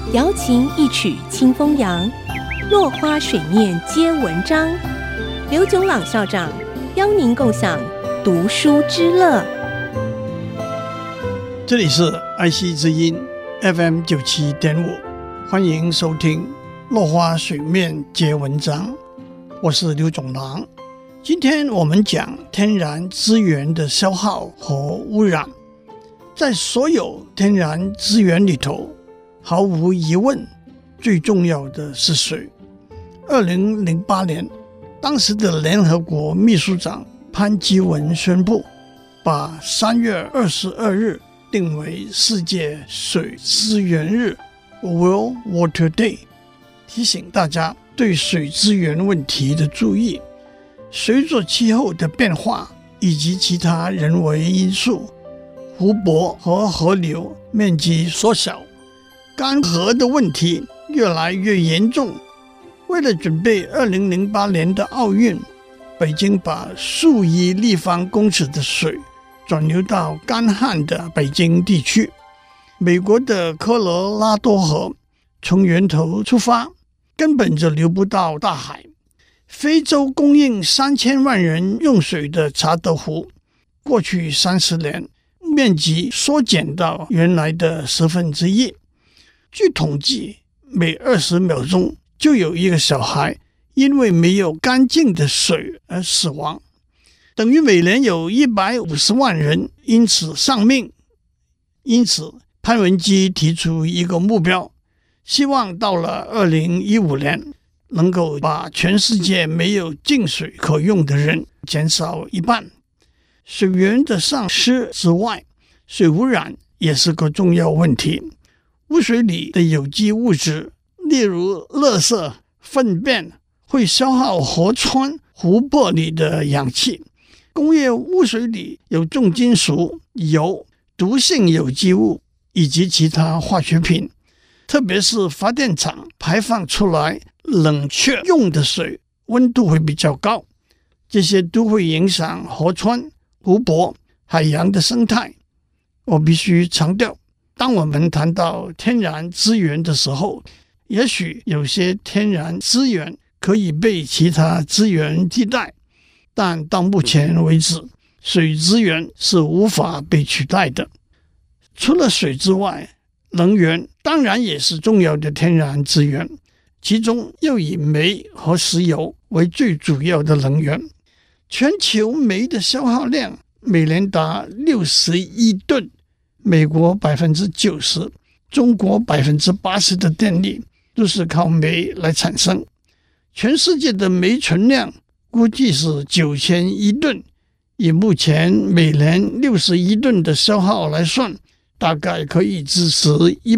瑶琴一曲清风扬，落花水面皆文章。刘炯朗校长邀您共享读书之乐。 这里是爱惜之音 FM 97.5，欢迎收听落花水面皆文章，我是刘炯朗。今天我们讲天然资源的消耗和污染。在所有天然资源里头，毫无疑问最重要的是水。2008年，当时的联合国秘书长潘基文宣布，把3月22日定为世界水资源日 World Water Day， 提醒大家对水资源问题的注意。随着气候的变化以及其他人为因素，湖泊和河流面积缩小，干涸的问题越来越严重。为了准备2008年的奥运，北京把数亿立方公尺的水转流到干旱的北京地区。美国的科罗拉多河从源头出发，根本就流不到大海。非洲供应3000万人用水的查德湖，过去30年面积缩减到原来的1/10。据统计，每20秒钟就有一个小孩因为没有干净的水而死亡，等于每年有150万人因此丧命。因此，潘文基提出一个目标，希望到了2015年能够把全世界没有净水可用的人减少一半。水源的丧失之外，水污染也是个重要问题。污水里的有机物质，例如垃圾、粪便，会消耗河川、湖泊里的氧气。工业污水里有重金属、油、毒性有机物以及其他化学品，特别是发电厂排放出来冷却用的水温度会比较高，这些都会影响河川、湖泊、海洋的生态。我必须强调，当我们谈到天然资源的时候，也许有些天然资源可以被其他资源替代，但到目前为止，水资源是无法被取代的。除了水之外，能源当然也是重要的天然资源，其中又以煤和石油为最主要的能源。全球煤的消耗量每年达60亿吨，美国 90%， 中国 80% 的电力都是靠煤来产生。全世界的煤存量估计是9000亿吨，以目前每年60亿吨的消耗来算，大概可以支持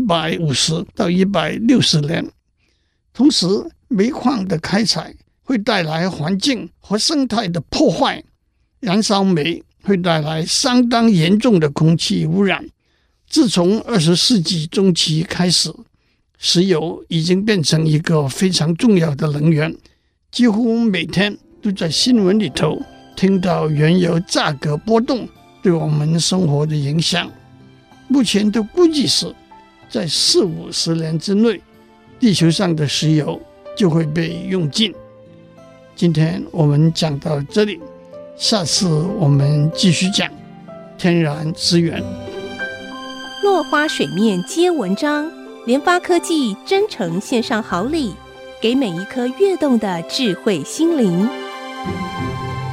150到160年。同时，煤矿的开采会带来环境和生态的破坏，燃烧煤会带来相当严重的空气污染。自从20世纪中期开始，石油已经变成一个非常重要的能源，几乎每天都在新闻里头听到原油价格波动对我们生活的影响。目前的估计是，在40-50年之内，地球上的石油就会被用尽。今天我们讲到这里，下次我们继续讲天然资源。 落花水面皆文章，联发科技真诚献上好礼，给每一颗跃动的智慧心灵。